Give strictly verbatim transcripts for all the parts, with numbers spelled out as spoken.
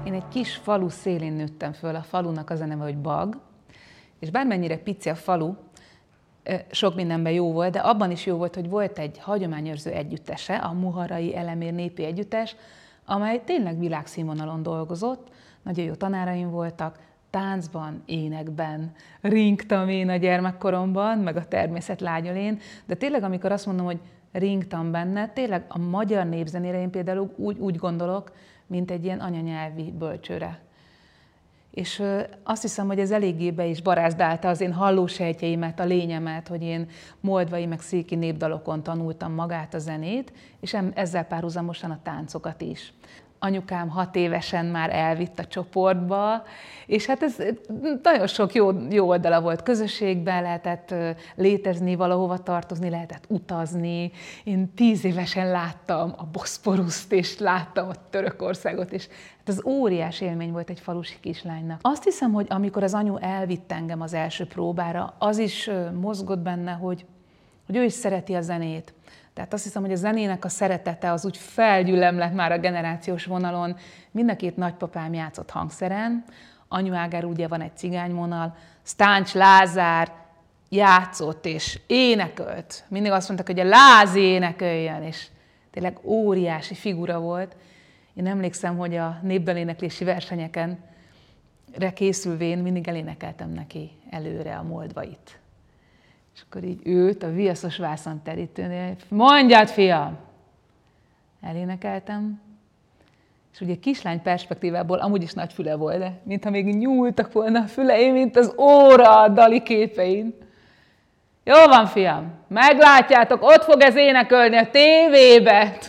Én egy kis falu szélén nőttem föl, a falunak az a neve, hogy Bag, és bármennyire pici a falu, sok mindenben jó volt, de abban is jó volt, hogy volt egy hagyományőrző együttese, a Muharai Elemér Népi Együttes, amely tényleg világszínvonalon dolgozott, nagyon jó tanáraim voltak, táncban, énekben, ringtam én a gyermekkoromban, meg a természet lágyolén, de tényleg amikor azt mondom, hogy ringtam benne, tényleg a magyar népzenére én például úgy, úgy gondolok, mint egy ilyen anyanyelvi bölcsőre. És azt hiszem, hogy ez eléggé be is barázdálta az én hallósejtjeimet, a lényemet, hogy én moldvai meg széki népdalokon tanultam magát a zenét, és ezzel párhuzamosan a táncokat is. Anyukám hat évesen már elvitt a csoportba, és hát ez nagyon sok jó, jó oldala volt. Közösségben lehetett létezni, valahova tartozni, lehetett utazni. Én tíz évesen láttam a Boszporuszt, és láttam a Törökországot, és hát ez óriás élmény volt egy falusi kislánynak. Azt hiszem, hogy amikor az anyu elvitt engem az első próbára, az is mozgott benne, hogy, hogy ő is szereti a zenét. Tehát azt hiszem, hogy a zenének a szeretete az úgy felgyülemlett már a generációs vonalon. Mind a két nagypapám játszott hangszeren, anyu ágáról ugye van egy cigányvonal, Sztáncs Lázár játszott és énekölt. Mindig azt mondták, hogy a Lázi éneköljön, és tényleg óriási figura volt. Én emlékszem, hogy a népdaléneklési versenyeken készülvén mindig elénekeltem neki előre a moldvait. És akkor így ült a viaszos vászonterítőnél, mondjad, fiam! Elénekeltem, és ugye kislány perspektívából amúgy is nagy füle volt, de mintha még nyúltak volna a füleim, mint az óra a dali képein. Jó van, fiam, meglátjátok, ott fog ez énekelni a tévébe!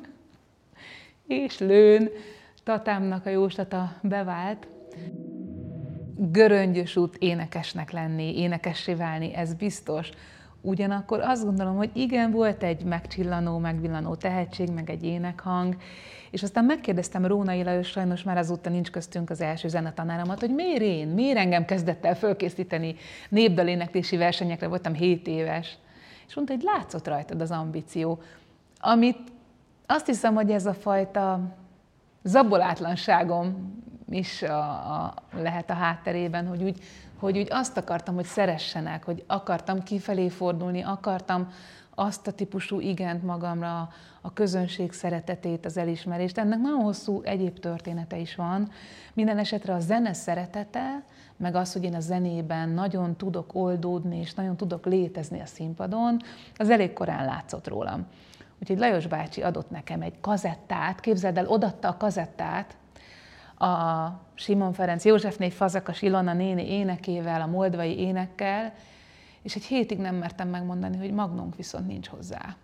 És lőn, tatámnak a jóslata bevált. Göröngyös út énekesnek lenni, énekessé válni, ez biztos. Ugyanakkor azt gondolom, hogy igen, volt egy megcsillanó, megvillanó tehetség, meg egy énekhang, és aztán megkérdeztem Rónai Lajos, sajnos már azóta nincs köztünk az első zenetanáramat, hogy miért én, miért engem kezdett el fölkészíteni népdaléneklési versenyekre, voltam hét éves. És mondta, hogy látszott rajtad az ambíció, amit azt hiszem, hogy ez a fajta zabolátlanságom is a, a, lehet a hátterében, hogy úgy, hogy úgy azt akartam, hogy szeressenek, hogy akartam kifelé fordulni, akartam azt a típusú igent magamra, a közönség szeretetét, az elismerést. Ennek nagyon hosszú egyéb története is van. Minden esetre a zene szeretete, meg az, hogy én a zenében nagyon tudok oldódni, és nagyon tudok létezni a színpadon, az elég korán látszott rólam. Úgyhogy Lajos bácsi adott nekem egy kazettát, képzeld el, odatta a kazettát a Simon Ferenc Józsefné Fazekas Ilona néni énekével, a moldvai énekkel, és egy hétig nem mertem megmondani, hogy magnónk viszont nincs hozzá.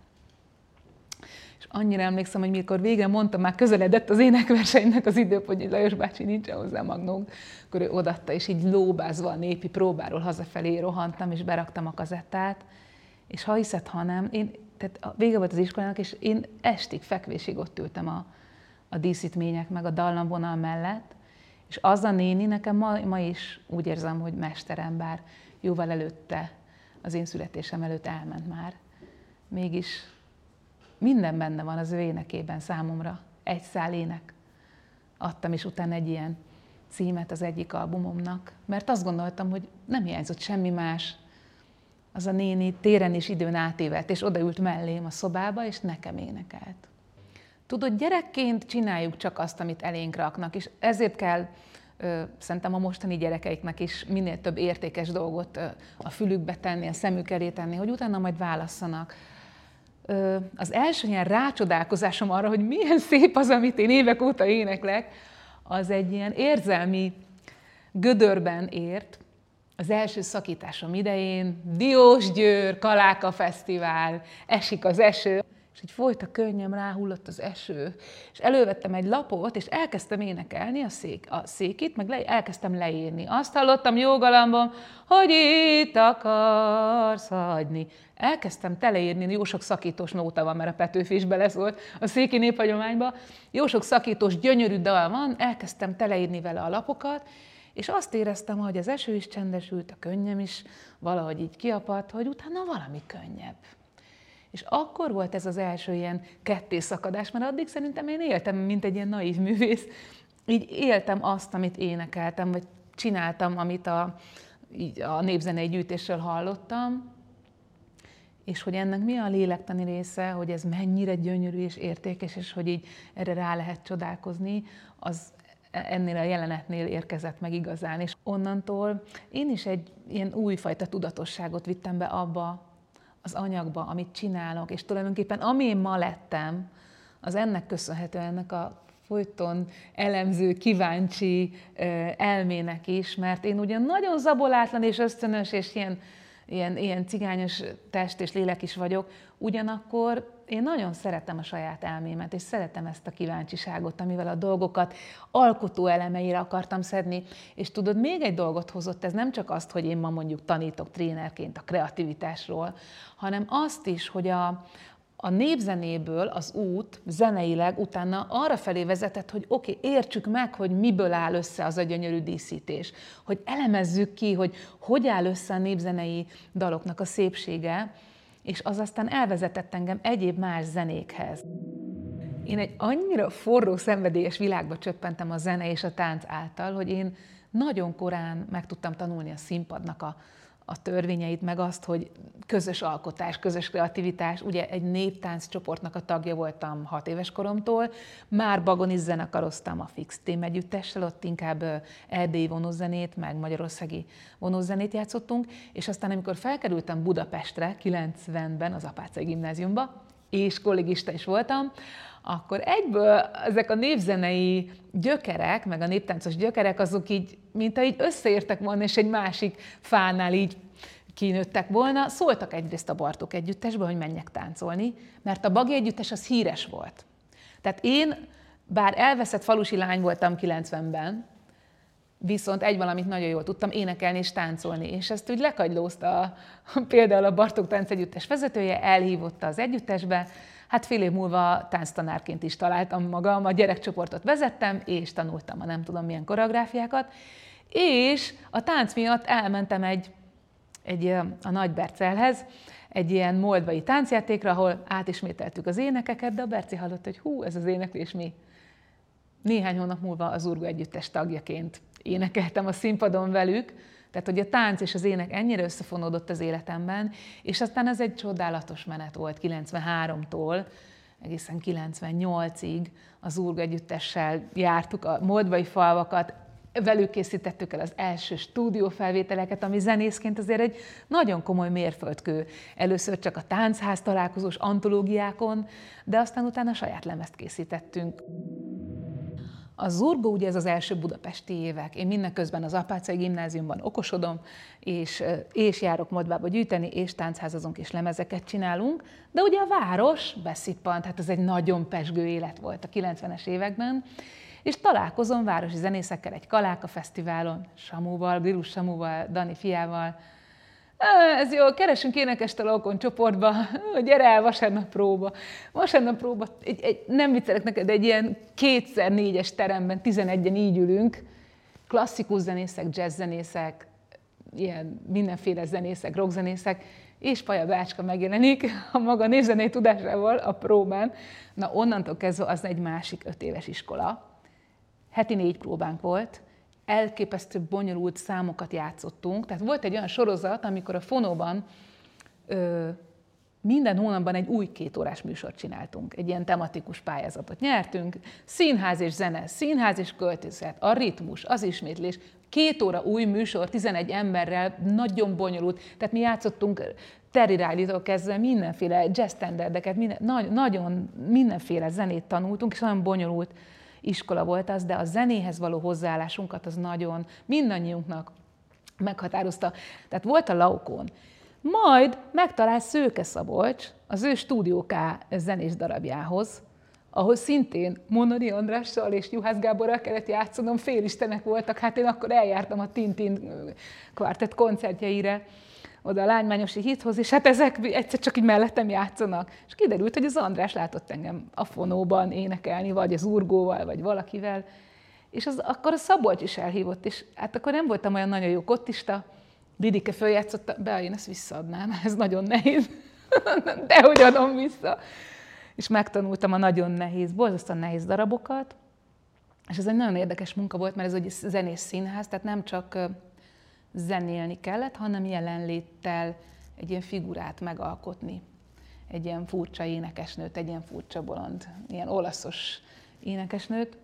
És annyira emlékszem, hogy mikor végre mondtam, már közeledett az énekversenynek az idő, hogy Lajos bácsi nincsen hozzá magnónk, akkor ő odatta, és így lóbázva a népi próbáról hazafelé rohantam, és beraktam a kazettát, és ha hiszed, ha nem, én, tehát a vége volt az iskolának, és én estig, fekvésig ott ültem a, a díszítmények meg a dallamvonal mellett, és az a néni nekem ma, ma is úgy érzem, hogy mesterem, bár jóval előtte, az én születésem előtt elment már. Mégis minden benne van az ő énekében számomra. Egy szál ének. Adtam is utána egy ilyen címet az egyik albumomnak, mert azt gondoltam, hogy nem hiányzott semmi más. Az a néni téren és időn átévelt, és odaült mellém a szobába, és nekem énekelt. Tudod, gyerekként csináljuk csak azt, amit elénk raknak, és ezért kell ö, szerintem a mostani gyerekeiknek is minél több értékes dolgot ö, a fülükbe tenni, a szemük elé tenni, hogy utána majd válasszanak. Ö, az első ilyen rácsodálkozásom arra, hogy milyen szép az, amit én évek óta éneklek, az egy ilyen érzelmi gödörben ért. Az első szakításom idején Diósgyőr, Kaláka Fesztivál, esik az eső, és így folyt a könnyem, ráhullott az eső, és elővettem egy lapot, és elkezdtem énekelni a, szék, a székit, meg le, elkezdtem leírni. Azt hallottam Jógalambon, hogy itt akarsz hagyni. Elkezdtem teleírni, jó sok szakítós nóta van, mert a Petőfi is beleszólt a széki néphagyományba. Jó sok szakítós, gyönyörű dal van, elkezdtem teleírni vele a lapokat, és azt éreztem, hogy az eső is csendesült, a könnyem is valahogy így kiapadt, hogy utána valami könnyebb. És akkor volt ez az első ilyen kettészakadás, mert addig szerintem én éltem, mint egy ilyen naív művész, így éltem azt, amit énekeltem, vagy csináltam, amit a, így a népzenei gyűjtésről hallottam, és hogy ennek mi a lélektani része, hogy ez mennyire gyönyörű és értékes, és hogy így erre rá lehet csodálkozni, az ennél a jelenetnél érkezett meg igazán. És onnantól én is egy ilyen újfajta tudatosságot vittem be abba az anyagba, amit csinálok, és tulajdonképpen ami én ma lettem, az ennek köszönhető, ennek a folyton elemző, kíváncsi elmének is, mert én ugyan nagyon zabolátlan és ösztönös, és ilyen, ilyen, ilyen cigányos test és lélek is vagyok, ugyanakkor én nagyon szeretem a saját elmémet, és szeretem ezt a kíváncsiságot, amivel a dolgokat alkotó elemeire akartam szedni. És tudod, még egy dolgot hozott, ez nem csak azt, hogy én ma mondjuk tanítok trénerként a kreativitásról, hanem azt is, hogy a, a népzenéből az út zeneileg utána arra felé vezetett, hogy oké, okay, értsük meg, hogy miből áll össze az a gyönyörű díszítés, hogy elemezzük ki, hogy hogy áll össze a népzenei daloknak a szépsége, és az aztán elvezetett engem egyéb más zenékhez. Én egy annyira forró, szenvedélyes világba csöppentem a zene és a tánc által, hogy én nagyon korán meg tudtam tanulni a színpadnak a, a törvényeit, meg azt, hogy közös alkotás, közös kreativitás. Ugye egy néptánc csoportnak a tagja voltam hat éves koromtól, már Bagonis zenekaroztam a Fix Team együttessel, ott inkább erdélyi vonózenét, meg magyarországi vonózenét játszottunk, és aztán amikor felkerültem Budapestre, kilencvenben az Apáczai Gimnáziumba, és kollégista is voltam, akkor egyből ezek a népzenei gyökerek, meg a néptáncos gyökerek, azok így, mint ha így összeértek volna, és egy másik fánál így kinőttek volna. Szóltak egyrészt a Bartók együttesbe, hogy menjek táncolni, mert a Bagi együttes az híres volt. Tehát én, bár elveszett falusi lány voltam kilencvenben, viszont egy valamit nagyon jól tudtam, énekelni és táncolni, és ezt úgy lekagylózta például a Bartók táncegyüttes vezetője, elhívotta az együttesbe. Hát fél év múlva tánctanárként is találtam magam, a gyerekcsoportot vezettem, és tanultam a nem tudom milyen koreográfiákat, és a tánc miatt elmentem egy, egy a Nagy Bercelhez, egy ilyen moldvai táncjátékra, ahol átismételtük az énekeket, de a Berci hallott, hogy hú, ez az éneklés mi. Néhány hónap múlva az Urgo együttes tagjaként énekeltem a színpadon velük, tehát, hogy a tánc és az ének ennyire összefonódott az életemben, és aztán ez egy csodálatos menet volt kilencvenháromtól egészen kilencvennyolcig az Urgo együttessel jártuk a moldvai falvakat, velük készítettük el az első stúdiófelvételeket, ami zenészként azért egy nagyon komoly mérföldkő. Először csak a táncház találkozós antológiákon, de aztán utána saját lemezt készítettünk. Az Urgo ugye ez az első budapesti évek. Én mindeközben az Apáczai Gimnáziumban okosodom, és, és járok Modvába gyűjteni, és táncházazunk és lemezeket csinálunk, de ugye a város beszippant, hát ez egy nagyon pezsgő élet volt a kilencvenes években, és találkozom városi zenészekkel egy Kaláka Fesztiválon, Samúval, Grillus Samúval, Dani fiával. Ez jó, keresünk énekest a Lokon csoportba, gyere el, vasárnap próba. Vasárnap próba, egy, egy, nem viccelek neked, egy ilyen kétszer négyes teremben, tizenegyen így ülünk, klasszikus zenészek, jazzzenészek, ilyen mindenféle zenészek, rockzenészek, és Paja bácska megjelenik a maga névzenei tudásával a próbán. Na onnantól kezdve az egy másik öt éves iskola. Heti négy próbánk volt, elképesztő bonyolult számokat játszottunk. Tehát volt egy olyan sorozat, amikor a Fonóban ö, minden hónapban egy új kétórás műsort csináltunk. Egy ilyen tematikus pályázatot nyertünk. Színház és zene, színház és költészet, a ritmus, az ismétlés. Két óra új műsor, tizenegy emberrel, nagyon bonyolult. Tehát mi játszottunk Terry Riley-tól kezdve mindenféle jazz standardeket, minden, nagyon mindenféle zenét tanultunk, és nagyon bonyolult iskola volt az, de a zenéhez való hozzáállásunkat az nagyon mindannyiunknak meghatározta. Tehát volt a Laukón. Majd megtalált Szőke Szabolcs az ő Stúdió K zenés darabjához, ahol szintén Monodi Andrással és Juhász Gáborral kellett játszanom, félistenek voltak, hát én akkor eljártam a Tintin kvartett koncertjeire, oda a Lánymányosi Hithoz, és hát ezek egyszer csak így mellettem játszanak. És kiderült, hogy az András látott engem a Fonóban énekelni, vagy az Urgóval, vagy valakivel, és az, akkor a Szabolcs is elhívott, és hát akkor nem voltam olyan nagyon jó kottista, Lidike följátszotta, be, én ezt visszaadnám, ez nagyon nehéz, de hogy adom vissza. És megtanultam a nagyon nehéz, borzasztóan nehéz darabokat, És ez egy nagyon érdekes munka volt, mert ez egy zenés színház, tehát nem csak zenélni kellett, hanem jelenléttel egy ilyen figurát megalkotni. Egy ilyen furcsa énekesnőt, egy ilyen furcsa bolond, ilyen olaszos énekesnőt.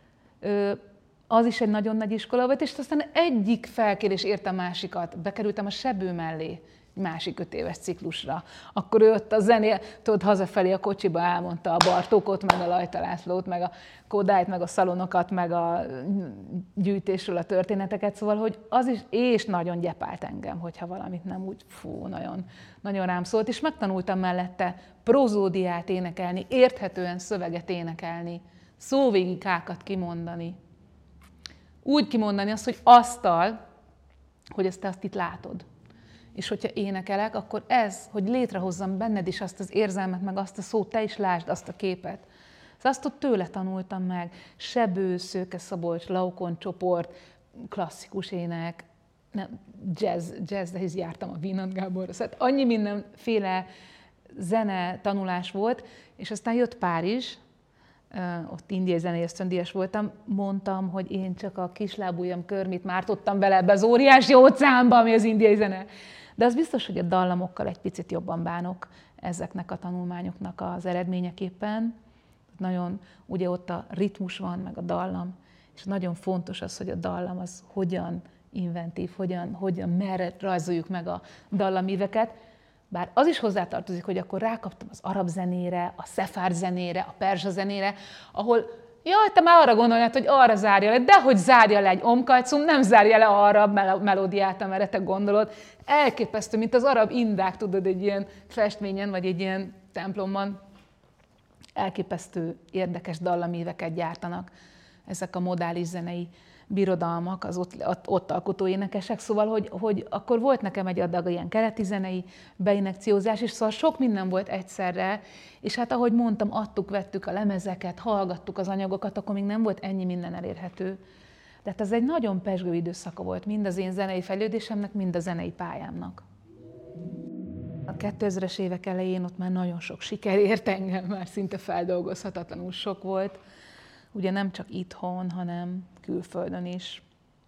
Az is egy nagyon nagy iskola volt, és aztán egyik felkérés érte a másikat. Bekerültem a Sebő mellé, egy másik öt éves ciklusra. Akkor ő ott a zené, tudod, hazafelé a kocsiba elmondta a Bartókot, meg a Lajta Lászlót, meg a Kodályt, meg a szalonokat, meg a gyűjtésről a történeteket, szóval, hogy az is, és nagyon gyepált engem, hogyha valamit nem úgy, fú, nagyon, nagyon rám szólt, és megtanultam mellette prozódiát énekelni, érthetően szöveget énekelni, szóvégigákat kimondani. Úgy kimondani azt, hogy asztal, hogy ezt te azt itt látod. És hogyha énekelek, akkor ez, hogy létrehozzam benned is azt az érzelmet, meg azt a szót, te is lásd azt a képet. Azt ott tőle tanultam meg. Sebő, Szőke Szabolcs, Laukon csoport, klasszikus ének, nem, jazz, jazzhez jártam a Vínand Gáborra. Szóval annyi mindenféle zene tanulás volt, és aztán jött Párizs, ott indiai zenei ösztöndíjas voltam, mondtam, hogy én csak a kislábujjam körmét mártottam bele ebbe az óriási óceánba, ami az indiai zene. De az biztos, hogy a dallamokkal egy picit jobban bánok ezeknek a tanulmányoknak az eredményeképpen. Nagyon, ugye ott a ritmus van, meg a dallam, és nagyon fontos az, hogy a dallam az hogyan inventív, hogyan, hogyan merre rajzoljuk meg a dallamíveket. Bár az is hozzátartozik, hogy akkor rákaptam az arab zenére, a szefár zenére, a perzsa zenére, ahol jaj, te már arra gondolnád, hogy arra zárja le, de hogy zárja le egy omkalcum, nem zárja le a arab melódiát, amire te gondolod. Elképesztő, mint az arab indák, tudod, egy ilyen festményen, vagy egy ilyen templomban. Elképesztő, érdekes dallamíveket gyártanak ezek a modális zenei birodalmak, az ott, ott, ott alkotó énekesek, szóval, hogy, hogy akkor volt nekem egy adag ilyen keleti zenei beinekciózás, és szóval sok minden volt egyszerre, és hát ahogy mondtam, adtuk, vettük a lemezeket, hallgattuk az anyagokat, akkor még nem volt ennyi minden elérhető. De hát ez egy nagyon pezsgő időszaka volt mind az én zenei fejlődésemnek, mind a zenei pályámnak. A kétezres évek elején ott már nagyon sok siker ért engem, már szinte feldolgozhatatlanul sok volt. Ugye nem csak itthon, hanem külföldön is.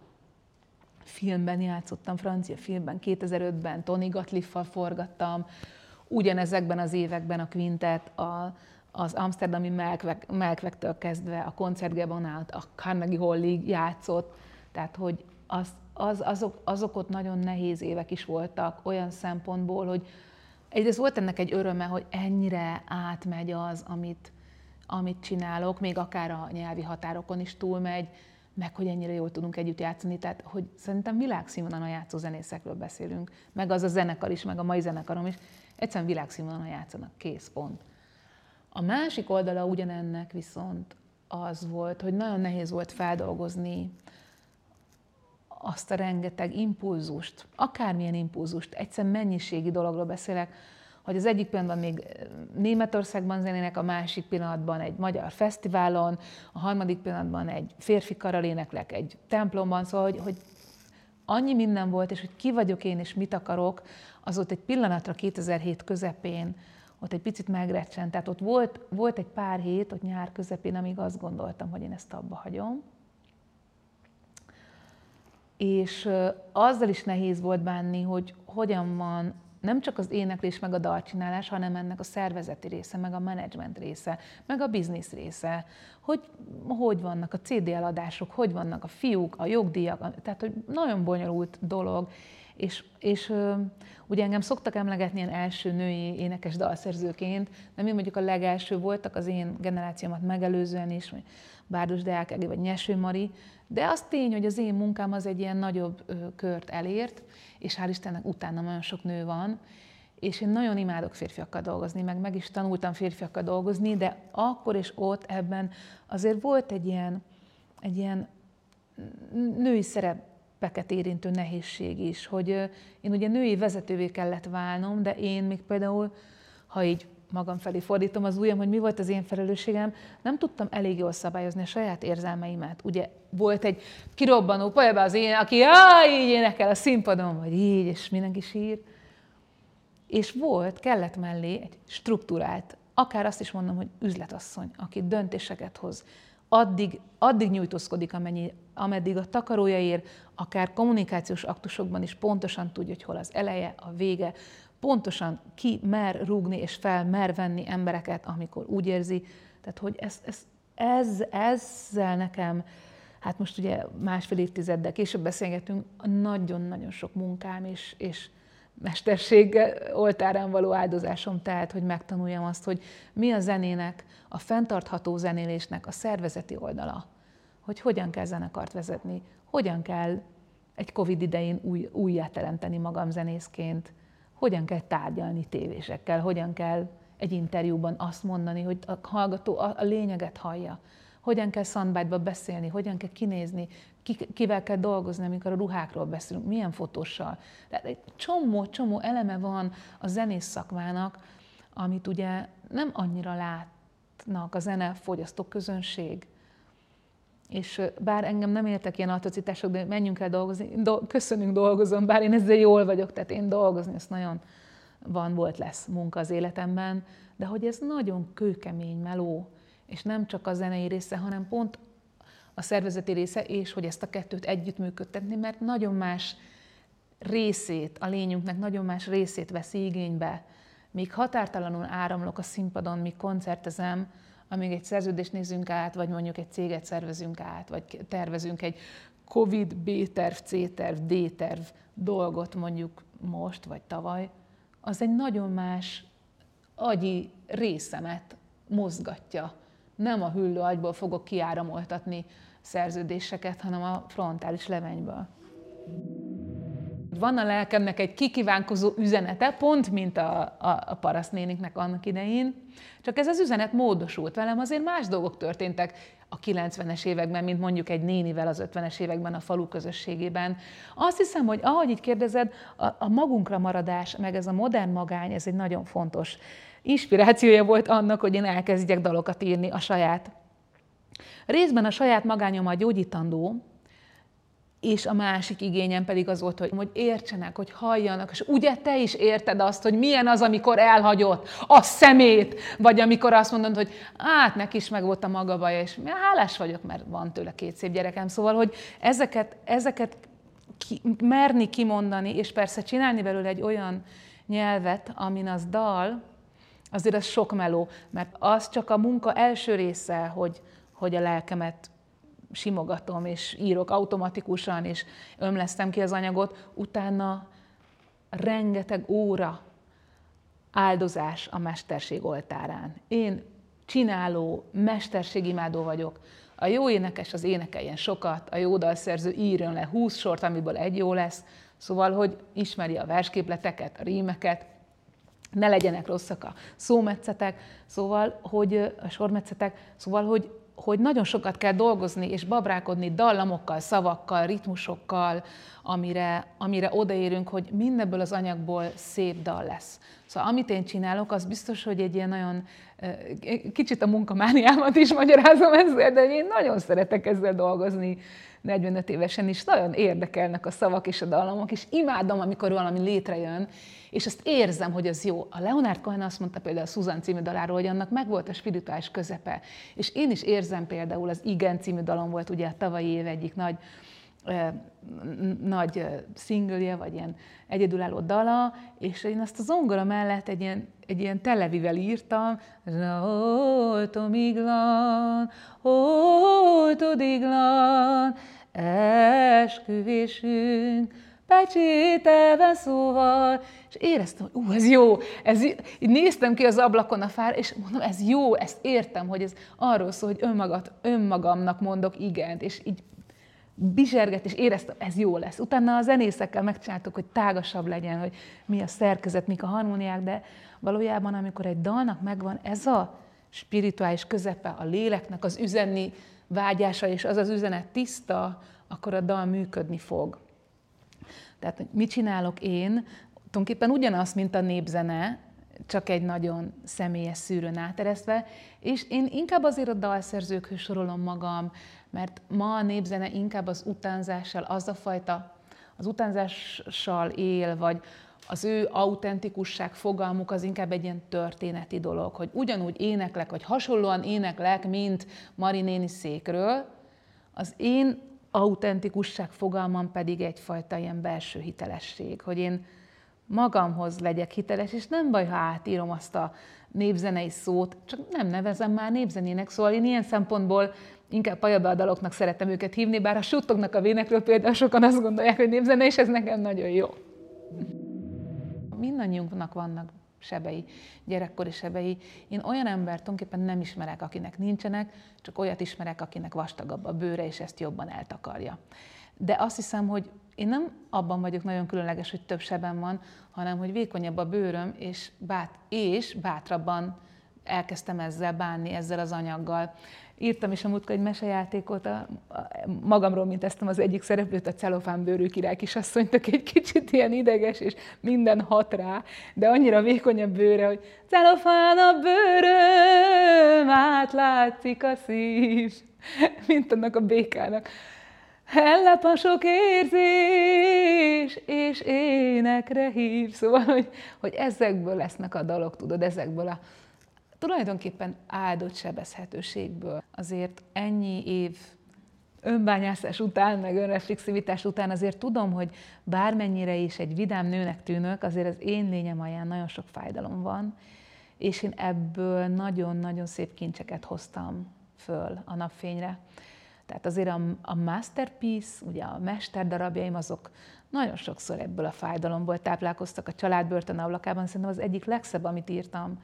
Filmben játszottam, francia filmben, kétezer-ötben Tony Gatliffal forgattam, ugyanezekben az években a Quintet, a, az amsterdami Melkvektől kezdve a Koncertgebouwnál, a Carnegie Hallig játszott, tehát hogy az, az, azok, azok ott nagyon nehéz évek is voltak olyan szempontból, hogy egyrészt volt ennek egy öröme, hogy ennyire átmegy az, amit, amit csinálok, még akár a nyelvi határokon is túlmegy, meg hogy ennyire jól tudunk együtt játszani, tehát hogy szerintem világszínvonalon játszó zenészekről beszélünk, meg az a zenekar is, meg a mai zenekarom is, egyszerűen világszínvonalon játszanak, kész, pont. A másik oldala ugyanennek viszont az volt, hogy nagyon nehéz volt feldolgozni azt a rengeteg impulzust, akármilyen impulzust, egyszerűen mennyiségi dologról beszélek, hogy az egyik pillanatban még Németországban zenének, a másik pillanatban egy magyar fesztiválon, a harmadik pillanatban egy férfi karral éneklek egy templomban, szóval, hogy, hogy annyi minden volt, és hogy ki vagyok én, és mit akarok, az ott egy pillanatra kétezer-hét közepén, ott egy picit megrecsent. Tehát ott volt, volt egy pár hét, ott nyár közepén, amíg azt gondoltam, hogy én ezt abba hagyom. És azzal is nehéz volt bánni, hogy hogyan van nem csak az éneklés meg a dalcsinálás, hanem ennek a szervezeti része, meg a menedzsment része, meg a biznisz része. Hogy, hogy vannak a cé dé eladások, hogy vannak a fiúk, a jogdíjak, tehát hogy nagyon bonyolult dolog. És, és ugye engem szoktak emlegetni ilyen első női énekes dalszerzőként, de mi mondjuk a legelső voltak az én generációmat megelőzően is, Bárdos Deák Egi vagy Nyeső Mari, de az tény, hogy az én munkám az egy ilyen nagyobb ö, kört elért, és hál' Istennek utána nagyon sok nő van, és én nagyon imádok férfiakkal dolgozni, meg meg is tanultam férfiakkal dolgozni, de akkor és ott ebben azért volt egy ilyen, egy ilyen női szerepeket érintő nehézség is, hogy ö, én ugye női vezetővé kellett válnom, de én még például, ha így magam felé fordítom az ujjam, hogy mi volt az én felelősségem, nem tudtam elég jól szabályozni a saját érzelmeimet. Ugye volt egy kirobbanó polyaba az én, aki áh, így énekel a színpadon, vagy így, és mindenki sír. És volt, kellett mellé egy struktúrált, akár azt is mondom, hogy üzletasszony, aki döntéseket hoz, addig, addig nyújtózkodik, amennyi, ameddig a takarója ér, akár kommunikációs aktusokban is pontosan tudja, hogy hol az eleje, a vége, pontosan ki mer rúgni és fel mer venni embereket, amikor úgy érzi. Tehát, hogy ez, ez, ez, ezzel nekem, hát most ugye másfél évtizeddel később beszélgetünk, nagyon-nagyon sok munkám és, és mesterség oltárán való áldozásom, tehát, hogy megtanuljam azt, hogy mi a zenének, a fenntartható zenélésnek a szervezeti oldala, hogy hogyan kell zenekart vezetni, hogyan kell egy Covid idején új, újjáteremteni magam zenészként, hogyan kell tárgyalni tévésekkel, hogyan kell egy interjúban azt mondani, hogy a hallgató a, a lényeget hallja, hogyan kell soundbite-ba beszélni, hogyan kell kinézni, ki, kivel kell dolgozni, amikor a ruhákról beszélünk, milyen fotóssal. Tehát egy csomó-csomó eleme van a zenész szakmának, amit ugye nem annyira látnak a zenefogyasztó közönség. És bár engem nem értek ilyen atrocitások, de menjünk el dolgozni, do, köszönünk, dolgozom, bár én ezzel jól vagyok, tehát én dolgozni, ez nagyon van, volt, lesz munka az életemben, de hogy ez nagyon kőkemény meló, és nem csak a zenei része, hanem pont a szervezeti része, és hogy ezt a kettőt együttműködtetni, mert nagyon más részét, a lényünknek nagyon más részét veszi igénybe. Míg határtalanul áramlok a színpadon, míg koncertezem, amíg egy szerződést nézünk át, vagy mondjuk egy céget szervezünk át, vagy tervezünk egy Covid B-terv, C-terv, D-terv dolgot mondjuk most, vagy tavaly, az egy nagyon más agyi részemet mozgatja. Nem a hüllő agyból fogok kiáramoltatni szerződéseket, hanem a frontális levenyből. Van a lelkemnek egy kikívánkozó üzenete, pont mint a, a, a parasztnéniknek annak idején, csak ez az üzenet módosult velem, azért más dolgok történtek a kilencvenes években, mint mondjuk egy nénivel az ötvenes években a falu közösségében. Azt hiszem, hogy ahogy így kérdezed, a, a magunkra maradás, meg ez a modern magány, ez egy nagyon fontos inspirációja volt annak, hogy én elkezdjek dalokat írni a saját. Részben a saját magányomat gyógyítandó, és a másik igényem pedig az volt, hogy, hogy értsenek, hogy halljanak, és ugye te is érted azt, hogy milyen az, amikor elhagyott a szemét, vagy amikor azt mondod, hogy hát neki is meg volt a maga baja, és hálás vagyok, mert van tőle két szép gyerekem. Szóval, hogy ezeket, ezeket ki, merni kimondani, és persze csinálni belőle egy olyan nyelvet, amin az dal, azért az sok meló, mert az csak a munka első része, hogy, hogy a lelkemet simogatom, és írok automatikusan, és ömlesztem ki az anyagot, utána rengeteg óra áldozás a mesterség oltárán. Én csináló, mesterségimádó vagyok. A jó énekes az énekeljen sokat, a jó dalszerző írjon le húsz sort, amiből egy jó lesz, szóval, hogy ismeri a versképleteket, a rímeket, ne legyenek rosszak a szómetszetek, szóval, hogy a sormetszetek, szóval, hogy hogy nagyon sokat kell dolgozni és babrákodni dallamokkal, szavakkal, ritmusokkal, amire, amire odaérünk, hogy mindebből az anyagból szép dal lesz. Szóval amit én csinálok, az biztos, hogy egy ilyen nagyon, kicsit a munkamániámat is magyarázom ezzel, de én nagyon szeretek ezzel dolgozni negyvenöt évesen is, nagyon érdekelnek a szavak és a dallamok, és imádom, amikor valami létrejön, és azt érzem, hogy az jó. A Leonard Cohen azt mondta például a Susan című daláról, hogy annak megvolt a spirituális közepe. És én is érzem például, az Igen című dalom volt ugye a tavalyi év egyik nagy, eh, nagy szinglje, vagy ilyen egyedülálló dala, és én azt a zongora mellett egy ilyen, egy ilyen televivel írtam, Oltomiglan, oltodiglan, esküvésünk, pecsételve szóval, és éreztem, hogy ú, ez jó, ez, így néztem ki az ablakon a fára, és mondom, ez jó, ezt értem, hogy ez arról szól, hogy önmagat, önmagamnak mondok igent, és így bizserget, és éreztem, ez jó lesz. Utána a zenészekkel megcsináltuk, hogy tágasabb legyen, hogy mi a szerkezet, mik a harmóniák, de valójában, amikor egy dalnak megvan ez a spirituális közepe, a léleknek az üzenni vágyása, és az az üzenet tiszta, akkor a dal működni fog. Tehát, hogy mit csinálok én, tulajdonképpen ugyanaz, mint a népzene, csak egy nagyon személyes szűrőn áteresztve, és én inkább azért a dalszerzőkhöz sorolom magam, mert ma a népzene inkább az utánzással, az a fajta, az utánzással él, vagy az ő autentikusság fogalmuk az inkább egy ilyen történeti dolog, hogy ugyanúgy éneklek, vagy hasonlóan éneklek, mint Mari néni székről, az én autentikusság fogalmam pedig egyfajta ilyen belső hitelesség, hogy én magamhoz legyek hiteles, és nem baj, ha átírom azt a népzenei szót, csak nem nevezem már népzenének, szóval én ilyen szempontból inkább pajabeadaloknak szeretem őket hívni, bár ha suttognak a vénekről, például sokan azt gondolják, hogy népzene, és ez nekem nagyon jó. Mindannyiunknak vannak sebei, gyerekkori sebei. Én olyan embert tulajdonképpen nem ismerek, akinek nincsenek, csak olyat ismerek, akinek vastagabb a bőre, és ezt jobban eltakarja. De azt hiszem, hogy én nem abban vagyok nagyon különleges, hogy több sebem van, hanem hogy vékonyabb a bőröm, és, bát, és bátrabban elkezdtem ezzel bánni, ezzel az anyaggal. Írtam is a múltkor egy mesejátékot a, a, magamról, mint eztem az egyik szereplőt, a celofánbőrű király kisasszonyt, aki egy kicsit ilyen ideges, és minden hat rá, de annyira vékony a bőre, hogy celofán a bőröm, átlátszik a szív, mint annak a békának. Ellep a sok érzés, és énekre hív. Szóval, hogy, hogy ezekből lesznek a dalok, tudod, ezekből a tulajdonképpen áldott sebezhetőségből. Azért ennyi év önbányászás után, meg önreflexivitás után azért tudom, hogy bármennyire is egy vidám nőnek tűnök, azért az én lényem alján nagyon sok fájdalom van, és én ebből nagyon-nagyon szép kincseket hoztam föl a napfényre. Tehát azért a, a masterpiece, ugye a mesterdarabjaim, azok nagyon sokszor ebből a fájdalomból táplálkoztak a család börtönablakában. Szerintem az egyik legszebb, amit írtam,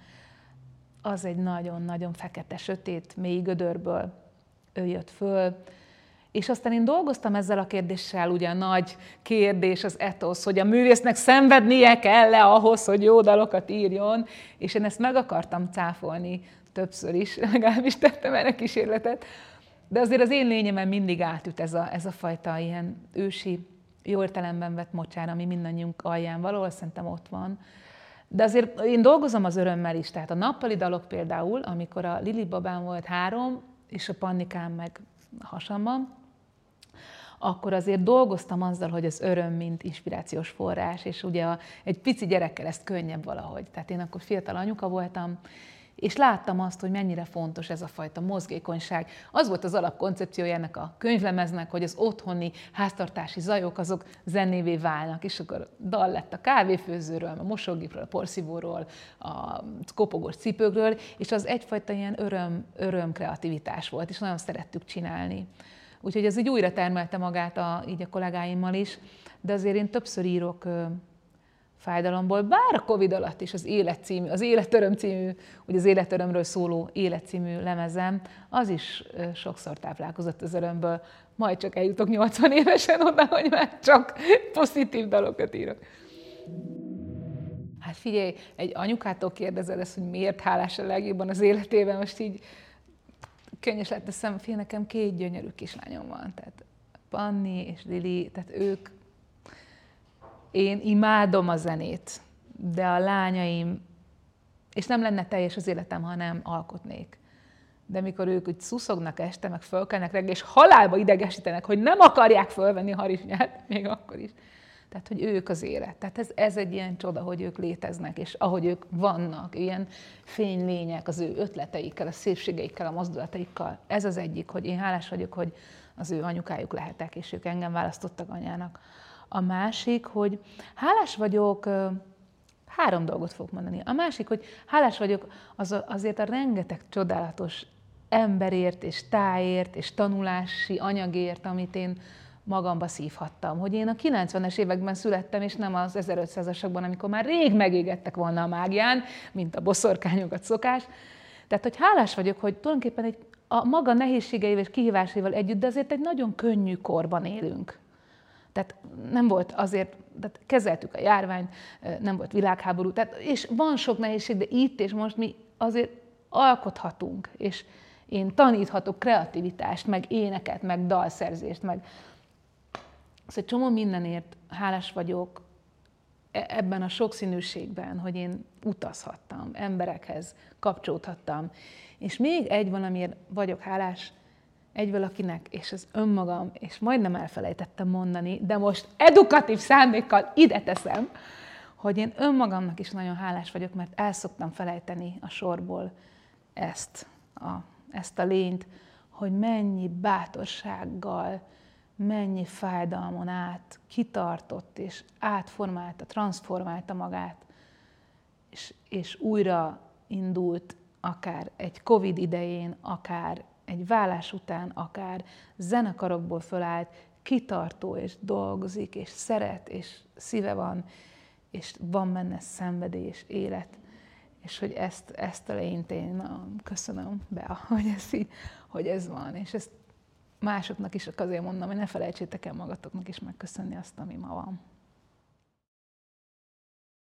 az egy nagyon-nagyon fekete, sötét, mély gödörből jött föl. És aztán én dolgoztam ezzel a kérdéssel, ugye a nagy kérdés, az etosz, hogy a művésznek szenvednie kell-e ahhoz, hogy jó dalokat írjon, és én ezt meg akartam cáfolni többször is, legalábbis tettem erre kísérletet. De azért az én lényemen mindig átüt ez a, ez a fajta ilyen ősi, jó értelemben vett mocsár, ami mindannyiunk alján valahol szerintem ott van. De azért én dolgozom az örömmel is, tehát a nappali dalok például, amikor a Lili babám volt három, és a Pannikám meg a hasamban, akkor azért dolgoztam azzal, hogy az öröm mint inspirációs forrás, és ugye a, egy pici gyerekkel ezt könnyebb valahogy. Tehát én akkor fiatal anyuka voltam, és láttam azt, hogy mennyire fontos ez a fajta mozgékonyság. Az volt az alapkoncepciója ennek a könyvlemeznek, hogy az otthoni háztartási zajok azok zenévé válnak, és akkor dal lett a kávéfőzőről, a mosógépről, a porszívóról, a kopogós cipőkről, és az egyfajta ilyen öröm, öröm kreativitás volt, és nagyon szerettük csinálni. Úgyhogy ez így újra termelte magát a, így a kollégáimmal is, de azért én többször írok fájdalomból, bár a Covid alatt is az Élet című, az Életöröm című, ugye az életörömről szóló Élet című lemezem, az is sokszor táplálkozott az örömből. Majd csak eljutok nyolcvan évesen oda, hogy már csak pozitív dalokat írok. Hát figyelj, egy anyukától kérdezed ezt, hogy miért hálás a legjobban az életében, most így könnyes lett eszem, fél nekem két gyönyörű kislányom van, tehát Panni és Lili, tehát ők. Én imádom a zenét, de a lányaim, és nem lenne teljes az életem, ha nem alkotnék. De mikor ők úgy szuszognak este, meg fölkelnek reggel, és halálba idegesítenek, hogy nem akarják fölvenni a harisnyát, még akkor is. Tehát, hogy ők az élet. Tehát ez, ez egy ilyen csoda, hogy ők léteznek, és ahogy ők vannak, ilyen fénylények az ő ötleteikkel, a szépségeikkel, a mozdulataikkal. Ez az egyik, hogy én hálás vagyok, hogy az ő anyukájuk lehetek, és ők engem választottak anyának. A másik, hogy hálás vagyok, három dolgot fogok mondani. A másik, hogy hálás vagyok az, azért a rengeteg csodálatos emberért, és tájért, és tanulási anyagért, amit én magamba szívhattam. Hogy én a kilencvenes években születtem, és nem az ezerötszázasokban, amikor már rég megégettek volna a mágián, mint a boszorkányokat szokás. Tehát, hogy hálás vagyok, hogy tulajdonképpen egy, a maga nehézségeivel és kihívásaival együtt, de azért egy nagyon könnyű korban élünk. Tehát nem volt azért, tehát kezeltük a járványt, nem volt világháború, tehát, és van sok nehézség, de itt és most mi azért alkothatunk, és én taníthatok kreativitást, meg éneket, meg dalszerzést, meg szóval csomó mindenért hálás vagyok ebben a sokszínűségben, hogy én utazhattam, emberekhez kapcsolódhattam. És még egy valamiért vagyok hálás, egy valakinek, és az önmagam, és majdnem elfelejtettem mondani, de most edukatív szándékkal ide teszem, hogy én önmagamnak is nagyon hálás vagyok, mert el szoktam felejteni a sorból ezt a, ezt a lényt, hogy mennyi bátorsággal, mennyi fájdalmon át kitartott, és átformálta, transformálta magát, és, és újra indult akár egy Covid idején, akár egy vállás után, akár zenekarokból fölállt, kitartó, és dolgozik, és szeret, és szíve van, és van benne szenvedély és élet. És hogy ezt, ezt a lényt én na, köszönöm be, hogy ez, így, hogy ez van. És ezt másoknak is azért mondom, hogy ne felejtsétek el magatoknak is megköszönni azt, ami ma van.